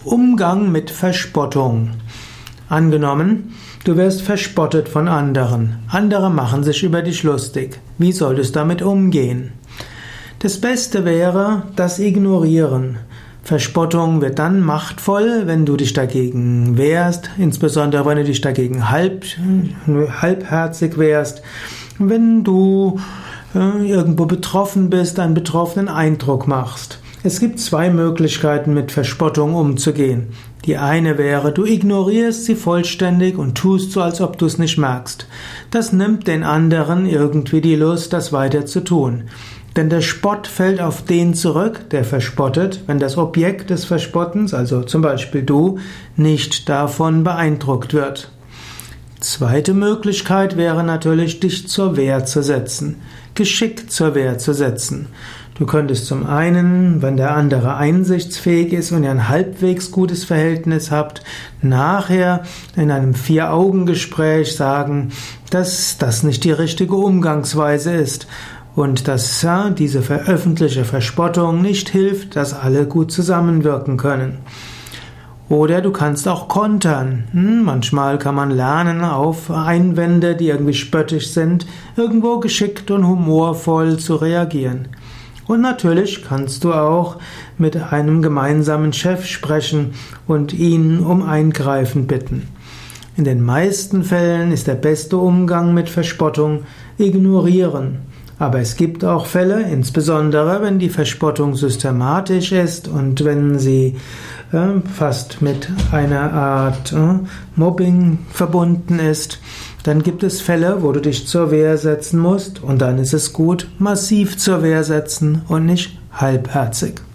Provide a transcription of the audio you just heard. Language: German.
Umgang mit Verspottung. Angenommen, du wirst verspottet von anderen. Andere machen sich über dich lustig. Wie solltest du damit umgehen? Das Beste wäre, das Ignorieren. Verspottung wird dann machtvoll, wenn du dich dagegen wehrst, insbesondere wenn du dich dagegen halbherzig wehrst, wenn du irgendwo betroffen bist, einen betroffenen Eindruck machst. Es gibt zwei Möglichkeiten, mit Verspottung umzugehen. Die eine wäre, du ignorierst sie vollständig und tust so, als ob du es nicht merkst. Das nimmt den anderen irgendwie die Lust, das weiter zu tun. Denn der Spott fällt auf den zurück, der verspottet, wenn das Objekt des Verspottens, also zum Beispiel du, nicht davon beeindruckt wird. Zweite Möglichkeit wäre natürlich, dich zur Wehr zu setzen, geschickt zur Wehr zu setzen. Du könntest zum einen, wenn der andere einsichtsfähig ist und ihr ein halbwegs gutes Verhältnis habt, nachher in einem Vier-Augen-Gespräch sagen, dass das nicht die richtige Umgangsweise ist und dass diese öffentliche Verspottung nicht hilft, dass alle gut zusammenwirken können. Oder du kannst auch kontern. Manchmal kann man lernen, auf Einwände, die irgendwie spöttisch sind, irgendwo geschickt und humorvoll zu reagieren. Und natürlich kannst du auch mit einem gemeinsamen Chef sprechen und ihn um Eingreifen bitten. In den meisten Fällen ist der beste Umgang mit Verspottung ignorieren. Aber es gibt auch Fälle, insbesondere wenn die Verspottung systematisch ist und wenn sie fast mit einer Art Mobbing verbunden ist, dann gibt es Fälle, wo du dich zur Wehr setzen musst und dann ist es gut, massiv zur Wehr setzen und nicht halbherzig.